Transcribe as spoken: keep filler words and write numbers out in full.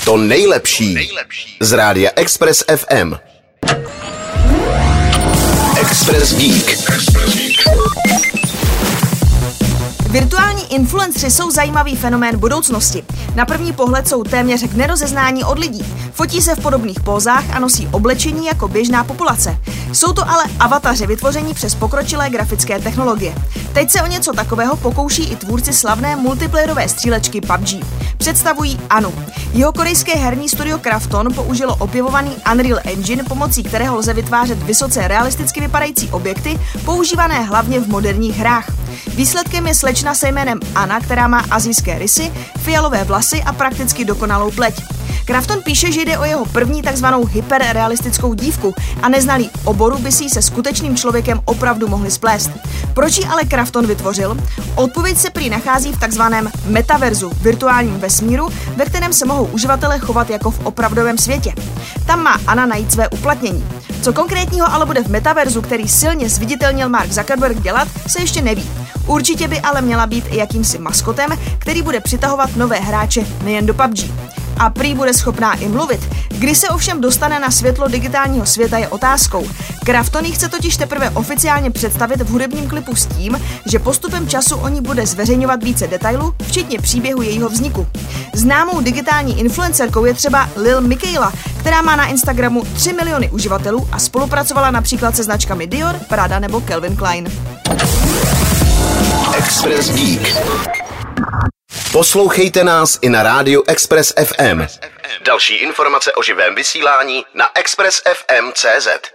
To nejlepší z rádia Express F M. Express Geek. Virtuální influenceři jsou zajímavý fenomén budoucnosti. Na první pohled jsou téměř k nerozeznání od lidí. Fotí se v podobných pózách a nosí oblečení jako běžná populace. Jsou to ale avataři vytvoření přes pokročilé grafické technologie. Teď se o něco takového pokouší i tvůrci slavné multiplayerové střílečky P U B G. Představují Anu. Jeho korejské herní studio Krafton použilo opěvovaný Unreal Engine, pomocí kterého lze vytvářet vysoce realisticky vypadající objekty, používané hlavně v moderních hrách. Výsledkem je slečna se jménem Anna, která má asijské rysy, fialové vlasy a prakticky dokonalou pleť. Krafton píše, že jde o jeho první takzvanou hyperrealistickou dívku a neznalí oboru by si ji se skutečným člověkem opravdu mohli splést. Proč ji ale Krafton vytvořil? Odpověď se prý nachází v takzvaném metaverzu, virtuálním vesmíru, ve kterém se mohou uživatelé chovat jako v opravdovém světě. Tam má Anna najít své uplatnění. Co konkrétního ale bude v metaverzu, který silně zviditelnil Mark Zuckerberg, dělat, se ještě neví. Určitě by ale měla být i jakýmsi maskotem, který bude přitahovat nové hráče nejen do P U B G. A prý bude schopná i mluvit. Kdy se ovšem dostane na světlo digitálního světa, je otázkou. Krafton chce totiž teprve oficiálně představit v hudebním klipu s tím, že postupem času o ní bude zveřejňovat více detailů, včetně příběhu jejího vzniku. Známou digitální influencerkou je třeba Lil Miquela, která má na Instagramu tři miliony uživatelů a spolupracovala například se značkami Dior, Prada nebo Calvin Klein. Express Geek. Poslouchejte nás i na rádiu Express F M. Další informace o živém vysílání na express f m tečka cé zet.